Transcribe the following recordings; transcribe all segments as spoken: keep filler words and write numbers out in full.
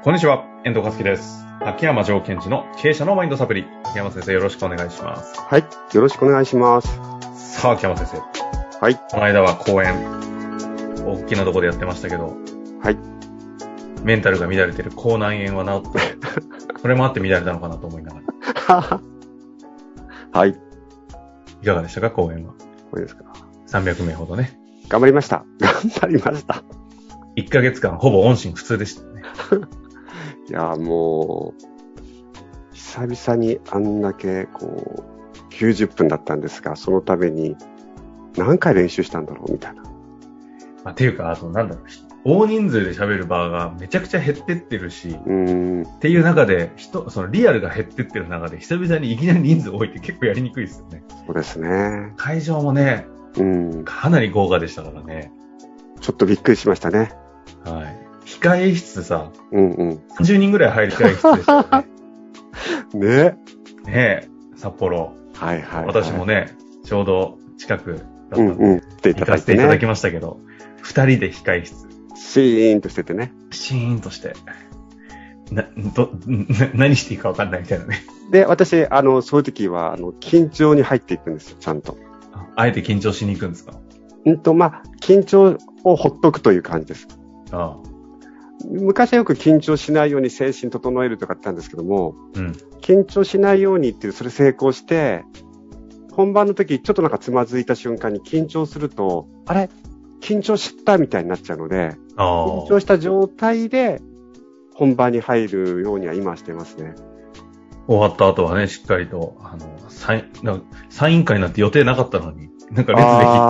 こんにちは、遠藤和樹です。秋山城賢治の経営者のマインドサプリ。秋山先生、よろしくお願いします。 はい、よろしくお願いします。 さあ、秋山先生。はい。この間は講演、大きなとこでやってましたけど、 はい。 メンタルが乱れてる口内炎は治って、それもあって乱れたのかなと思いながら。 はい。 いかがでしたか、講演は。 これですか。 さんびゃくめいほどね。 頑張りました。頑張りました。 いっかげつかん、ほぼ音信不通でしたね。 いや、もう、久々にあんだけ、こう、きゅうじゅっぷんだったんですが、そのために何回練習したんだろうみたいな。 まあ、っていうか、あと、なんだろう、大人数で喋る場がめちゃくちゃ減ってってるし、 うーんっていう中で、人、そのリアルが減ってってる中で、久々にいきなり人数多いって結構やりにくいですよね。 そうですね。 会場もね、 うん。 かなり豪華でしたからね。 ちょっとびっくりしましたね。 はい。控え室さ、 うんうん。 さんじゅうにんぐらい入る控え室でしたよね。 ね。 ねえ、札幌。 はいはい、はい。 私もね、ちょうど近くだったうんんで、 うん。っていた行かだいてね。 せていただきましたけど、二人で控え室。 シーンとしててね。 シーンとして。な、ど、な、何していいか分かんないみたいなね。 で、私、あの、そういう時は、あの、緊張に入っていくんですよ、ちゃんと。 あえて緊張しに行くんですか？ うんと、まあ、緊張をほっとくという感じです。 ああ。 昔はよく緊張しないように精神整えるとか言ったんですけども、 うん。 緊張しないようにっていう、それ成功して、本番の時、ちょっとなんかつまずいた瞬間に緊張すると、あれ緊張したみたいになっちゃうので、 ああ。 緊張した状態で本番に入るようには今してますね。 終わった後はね、しっかりと、あの、サイン、なんかサイン会なんて予定なかったのに、なんか列で切ってて、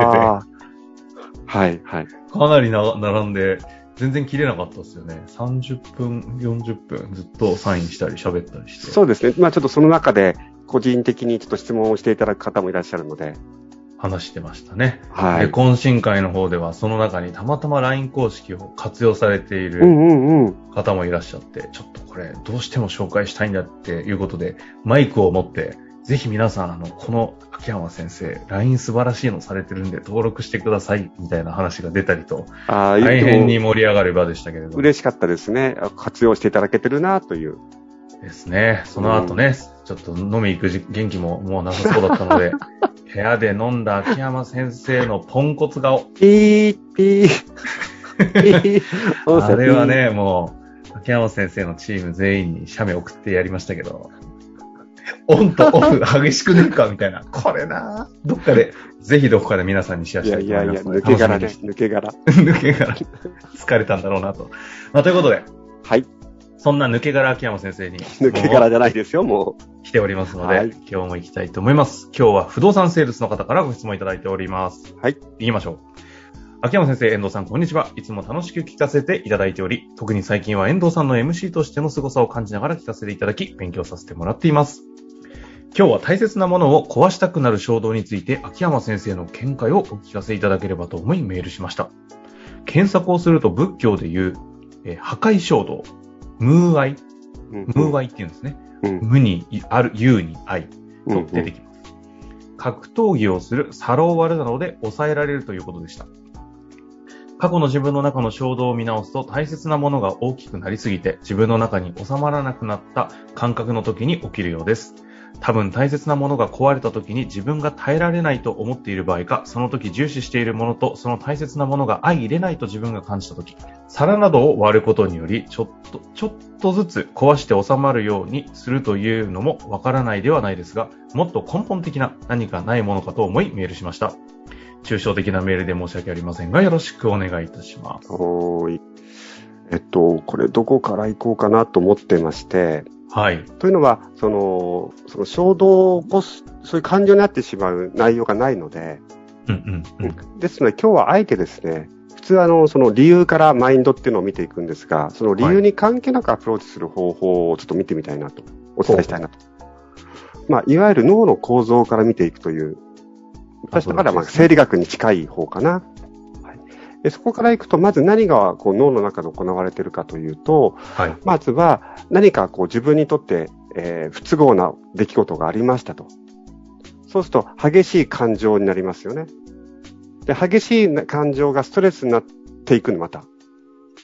はい、はい。 かなりな並んで、全然切れなかったですよね。さんじゅっぷん、よんじゅっぷんずっとサインしたり喋ったりして。 そうですね。まあちょっとその中で個人的にちょっと質問をしていただく方もいらっしゃるので。 話してましたね。 はい。 で、懇親会の方ではその中にたまたま ライン 公式を活用されているうんうんうん。 方もいらっしゃって、ちょっとこれどうしても紹介したいんだっていうことで、マイクを持って、ぜひ皆さん、あの、この秋山先生、ライン 素晴らしいのされてるんで登録してください、みたいな話が出たりと、 あ大変に盛り上がる場でしたけれども。 嬉しかったですね。活用していただけてるなという。 ですね。その後ね、うん、ちょっと飲み行く元気ももうなさそうだったので、部屋で飲んだ秋山先生のポンコツ顔。 ピー、ピー。ピーあれはね、もう、秋山先生のチーム全員に写メ送ってやりましたけど、オンとオフ激しくねえかみたいな。これなどっかで、ぜひどこかで皆さんにシェアしたいと思いますので。 いやいやいや、抜け殻です。抜け殻。 抜け殻。疲れたんだろうなと。まあ、ということで。 はい。 そんな抜け殻秋山先生に。 抜け殻じゃないですよ、もう。来ておりますので、はい、今日も行きたいと思います。今日は不動産セールスの方からご質問いただいております。 はい。 行きましょう。秋山先生、遠藤さん、こんにちは。いつも楽しく聞かせていただいており、特に最近は遠藤さんの エムシー としての凄さを感じながら聞かせていただき、勉強させてもらっています。今日は大切なものを壊したくなる衝動について、秋山先生の見解をお聞かせいただければと思いメールしました。検索をすると仏教でいう、えー、破壊衝動、ムーアイ、 うん、 ムーアイって言うんですね。 うん、 無にある、有に愛と出てきます。うんうん、格闘技をするサローワルなので抑えられるということでした。過去の自分の中の衝動を見直すと大切なものが大きくなりすぎて自分の中に収まらなくなった感覚の時に起きるようです。多分大切なものが壊れた時に自分が耐えられないと思っている場合か、その時重視しているものとその大切なものが相入れないと自分が感じた時、皿などを割ることによりちょっと、ちょっとずつ壊して収まるようにするというのもわからないではないですが、もっと根本的な何かないものかと思いメールしました。抽象的なメールで申し訳ありませんが、よろしくお願いいたします。 おーい。えっと、これどこから行こうかなと思ってまして、 はい。 というのは、その、その衝動を起こす、そういう感情になってしまう内容がないので、 うんうんうん、 ですので今日はあえてですね、普通あの、その理由からマインドっていうのを見ていくんですが、その理由に関係なくアプローチする方法をちょっと見てみたいなと、お伝えしたいなと。まあ、いわゆる脳の構造から見ていくという、私だからまあ生理学に近い方かな。でそこからいくと、まず何がこう脳の中で行われているかというと、 はい、 まずは何かこう自分にとって、えー、不都合な出来事がありましたと。そうすると激しい感情になりますよね。で、激しい感情がストレスになっていくの、また。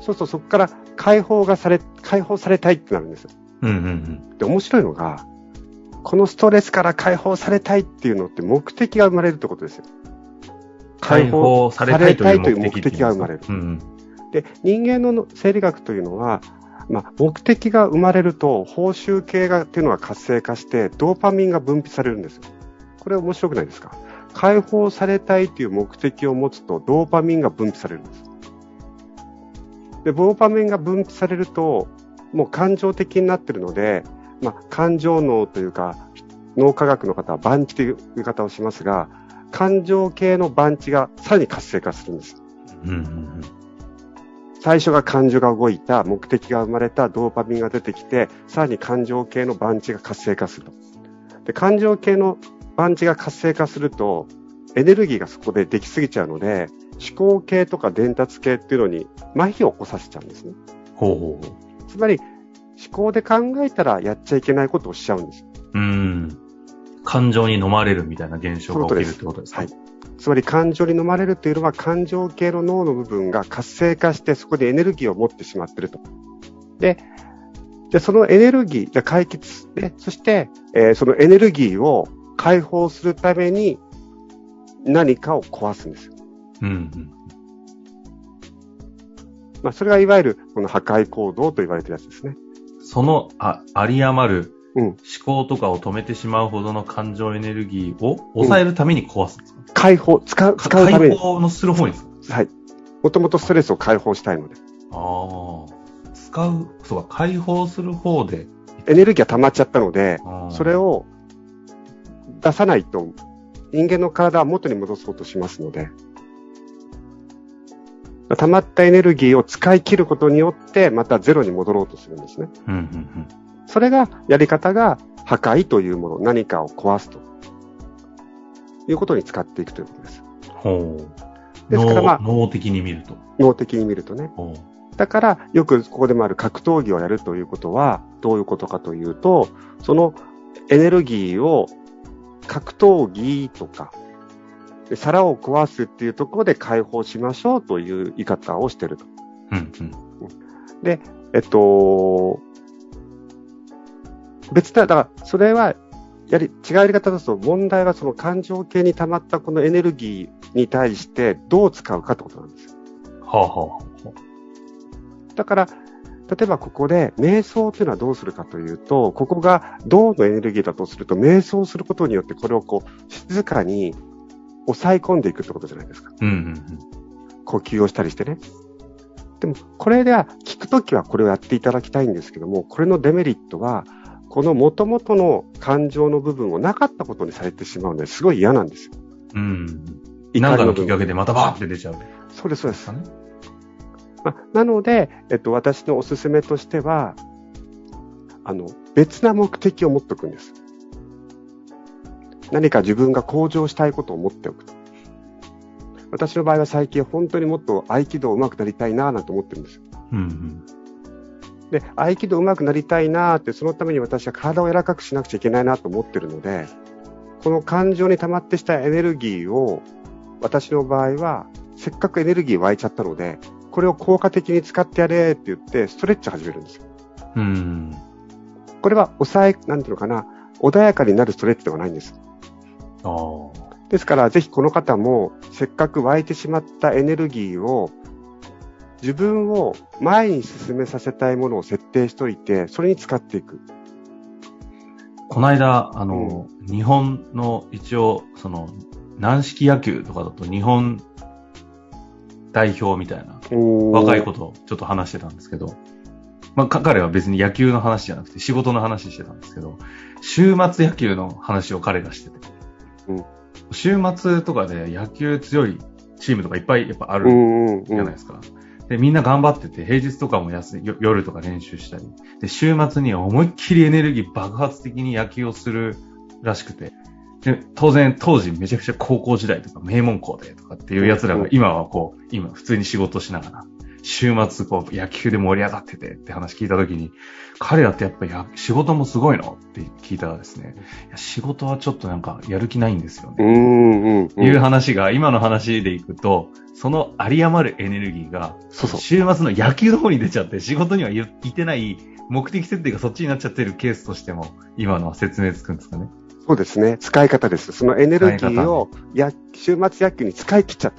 そうするとそこから解放がされ、解放されたいってなるんですよ。 うんうんうん。 で、面白いのが、このストレスから解放されたいっていうのって目的が生まれるってことですよ。 解放されたいという目的が生まれる。 うんうん、 で、人間の生理学というのは、まあ、目的が生まれると報酬系がっていうのが活性化してドーパミンが分泌されるんですよ。これ面白くないですか？解放されたいという目的を持つとドーパミンが分泌されるんです。で、ドーパミンが分泌されるともう感情的になっているので、まあ、感情脳というか脳科学の方は番地という言い方をしますが、感情系の番地がさらに活性化するんです。 うんうんうん、 最初が感情が動いた、目的が生まれた、ドーパミンが出てきて、さらに感情系の番地が活性化すると。で、感情系の番地が活性化すると、エネルギーがそこでできすぎちゃうので、思考系とか伝達系っていうのに麻痺を起こさせちゃうんですね。 ほうほうほう。 つまり、思考で考えたらやっちゃいけないことをしちゃうんです。 うーん。感情に飲まれるみたいな現象が起きるってことですか？ はい。つまり感情に飲まれるというのは感情系の脳の部分が活性化してそこでエネルギーを持ってしまっていると。で、でそのエネルギーが解決で、そして、えー、そのエネルギーを解放するために何かを壊すんですよ。 うんうん。 まあ、それがいわゆるこの破壊行動と言われているやつですね。 そのあ有り余るうん、 思考とかを止めてしまうほどの感情エネルギーを抑えるために壊すんですか？うん、 解放、使う、使うために。 解放のする方にですか？ はい。もともとストレスを解放したいので。 ああ。使う、そうか、解放する方で。 エネルギーが溜まっちゃったので、それを出さないと人間の体は元に戻そうとしますので、溜まったエネルギーを使い切ることによってまたゼロに戻ろうとするんですね。 うんうんうん、 それが、やり方が破壊というもの、何かを壊すということに使っていくということです。 ほう。 ですからまあ、 脳的に見ると。 脳的に見るとね。 ほう。 だから、よくここでもある格闘技をやるということは、どういうことかというと、そのエネルギーを格闘技とか、皿を壊すっていうところで解放しましょうという言い方をしていると。 うんうん、 で、えっと、別だ、だからそれはやり違うやり方だと問題はその感情系に溜まったこのエネルギーに対してどう使うかってことなんですよ。 はあはあ、 だから例えばここで瞑想というのはどうするかというと、ここが銅のエネルギーだとすると瞑想することによってこれをこう静かに抑え込んでいくってことじゃないですか。 うんうんうん、 呼吸をしたりしてね。でもこれでは聞くときはこれをやっていただきたいんですけども、これのデメリットはこの元々の感情の部分をなかったことにされてしまうのですごい嫌なんですよ。 うん。何かのきっかけでまたバーって出ちゃう。 そうです、そうです。ね、まあ、なので、えっと、私のおすすめとしては、あの、別な目的を持っておくんです。何か自分が向上したいことを持っておくと。私の場合は最近本当にもっと合気道上手くなりたいなぁなんて思ってるんですよ。 うんうんで、合気道上手くなりたいなーって、そのために私は体を柔らかくしなくちゃいけないなと思ってるので、この感情に溜まってしたエネルギーを、私の場合は、せっかくエネルギー湧いちゃったので、これを効果的に使ってやれって言って、ストレッチ始めるんですよ。 うん。 これは抑え、なんていうのかな、穏やかになるストレッチではないんです。 ああ。 ですから、ぜひこの方も、せっかく湧いてしまったエネルギーを、自分を前に進めさせたいものを設定しておいて、それに使っていく。 この間、あの、うん、日本の一応、その、軟式野球とかだと日本代表みたいな、若い子とちょっと話してたんですけど、まあ、彼は別に野球の話じゃなくて仕事の話してたんですけど、週末野球の話を彼がしてて、うん、週末とかで野球強いチームとかいっぱいやっぱあるじゃないですか。うんうんうんで、みんな頑張ってて、平日とかも休み、夜とか練習したり。で、週末には思いっきりエネルギー爆発的に野球をするらしくて。で、当然、当時めちゃくちゃ高校時代とか名門校でとかっていう奴らが今はこう、今普通に仕事しながら、 週末こう野球で盛り上がっててって話聞いたときに、彼らってやっぱりや仕事もすごいのって聞いたらですね、いや仕事はちょっとなんかやる気ないんですよね。 うんうんうん、 いう話が今の話でいくと、その有り余るエネルギーがそうそう週末の野球の方に出ちゃって仕事には行ってない目的設定がそっちになっちゃってるケースとしても今のは説明つくんですかね。 そうですね。使い方です。そのエネルギーをや週末野球に使い切っちゃった。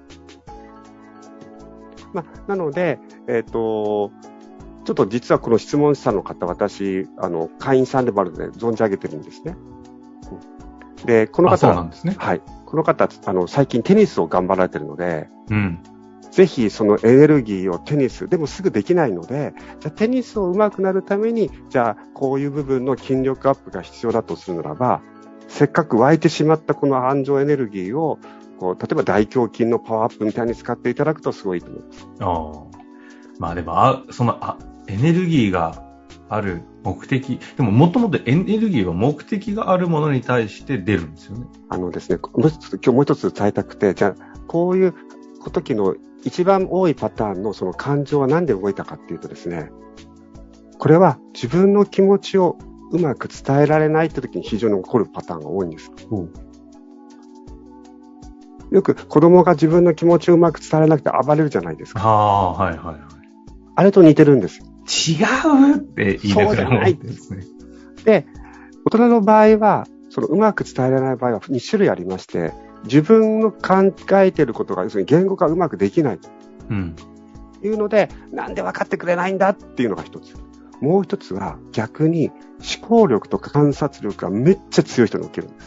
まあ、なので、えっと、ちょっと実はこの質問者の方、私、あの、会員さんでもあるので存じ上げてるんですね。で、この方、 そうなんですね。 はい。この方、あの、最近テニスを頑張られてるので、 うん。 ぜひそのエネルギーをテニス、でもすぐできないので、じゃあテニスを上手くなるために、じゃあこういう部分の筋力アップが必要だとするならば、せっかく湧いてしまったこの安情エネルギーを、こう例えば大胸筋のパワーアップみたいに使っていただくとすごいいいと思います。 ああ。まあでも、あそのあエネルギーがある目的、でももともとエネルギーは目的があるものに対して出るんですよね。 あのですね、もう一つ、今日もう一つ伝えたくて、じゃあこういう時の一番多いパターンのその感情は何で動いたかっていうとですね、これは自分の気持ちをうまく伝えられないって時に非常に起こるパターンが多いんです。うん、よく子供が自分の気持ちをうまく伝えられなくて暴れるじゃないですか。 ああ、はいはいはい。 あれと似てるんですよ。 違うって言いながら思ってですね。 で、大人の場合は、そのうまく伝えられない場合はに種類ありまして、自分の考えていることが、要するに言語化うまくできないというので、うん、なんで分かってくれないんだっていうのが一つ。もう一つは逆に思考力と観察力がめっちゃ強い人に起きるんです。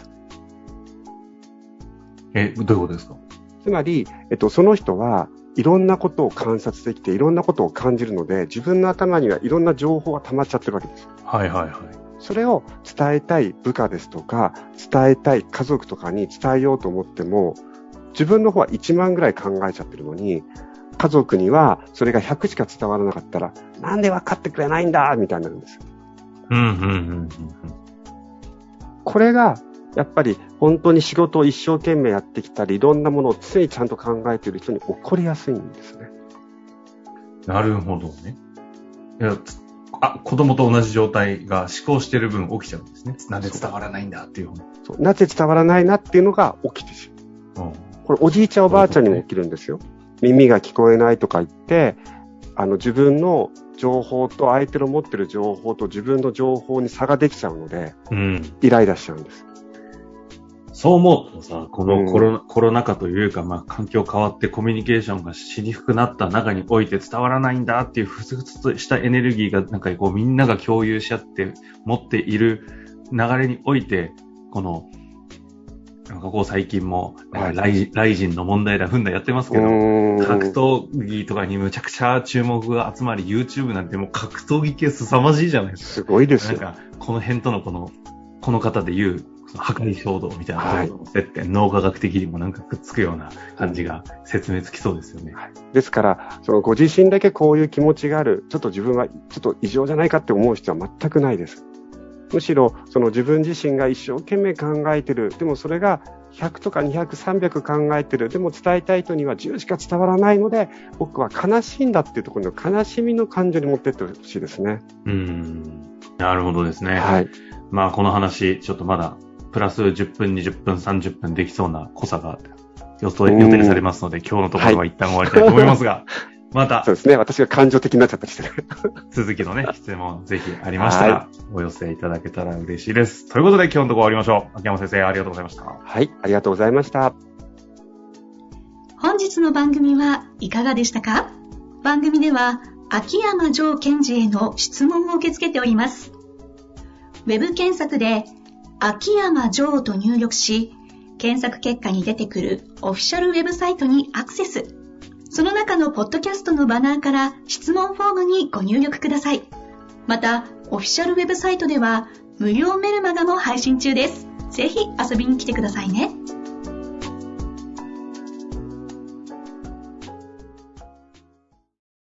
え、どういうことですか？ つまり、えっと、その人はいろんなことを観察できていろんなことを感じるので、自分の頭にはいろんな情報が溜まっちゃってるわけです。 はいはいはい。 それを伝えたい部下ですとか、伝えたい家族とかに伝えようと思っても、自分の方はいちまんぐらい考えちゃってるのに、家族にはそれがひゃくしか伝わらなかったら、なんで分かってくれないんだみたいになるんです。 うんうんうんうん。 これが、やっぱり本当に仕事を一生懸命やってきたり、いろんなものを常にちゃんと考えている人に起こりやすいんですね。 なるほどね。いやあ、子供と同じ状態が思考してる分起きちゃうんですね。なんで伝わらないんだっていう。 そう、なぜ伝わらないなっていうのが起きてしまう。うん、これおじいちゃんおばあちゃんにも起きるんですよ。耳が聞こえないとか言って、あの自分の情報と相手の持ってる情報と自分の情報に差ができちゃうので、うん、イライラしちゃうんです。 そう思うとさ、このコロナ、うん、コロナ禍というか、まあ、環境変わってコミュニケーションがしにくくなった中において伝わらないんだっていうふつふつとしたエネルギーが、なんかこうみんなが共有し合って持っている流れにおいて、この、なんかこう最近も、ライ、ライジンの問題だ、ふんだやってますけど、格闘技とかにむちゃくちゃ注目が集まり、YouTube なんてもう格闘技系凄まじいじゃないですか。 すごいですよ。 なんか、この辺とのこの、この方で言う、破壊衝動みたいなことの接点、はい、脳科学的にもなんかくっつくような感じが説明つきそうですよね。はい、 ですから、そのご自身だけこういう気持ちがある、ちょっと自分はちょっと異常じゃないかって思う必要は全くないです。むしろ、その自分自身が一生懸命考えてる、でもそれがひゃくとかにひゃく、さんびゃく考えてる、でも伝えたい人にはじゅうしか伝わらないので、僕は悲しいんだっていうところの悲しみの感情に持っていってほしいですね。 うーん。なるほどですね。 はい。 まあこの話、ちょっとまだ、プラスじゅっぷん、にじゅっぷん、さんじゅっぷんできそうな濃さが予想予定されますので、今日のところは一旦終わりたいと思いますが、はい、また。 そうですね。私が感情的になっちゃったりしてる。 続きのね、質問ぜひありましたら、はい、お寄せいただけたら嬉しいです。ということで今日のところ終わりましょう。秋山先生、ありがとうございました。 はい、ありがとうございました。 本日の番組はいかがでしたか？番組では、秋山城賢治への質問を受け付けております。ウェブ検索で、秋山城と入力し、検索結果に出てくるオフィシャルウェブサイトにアクセス。その中のポッドキャストのバナーから質問フォームにご入力ください。また、オフィシャルウェブサイトでは無料メルマガも配信中です。ぜひ遊びに来てくださいね。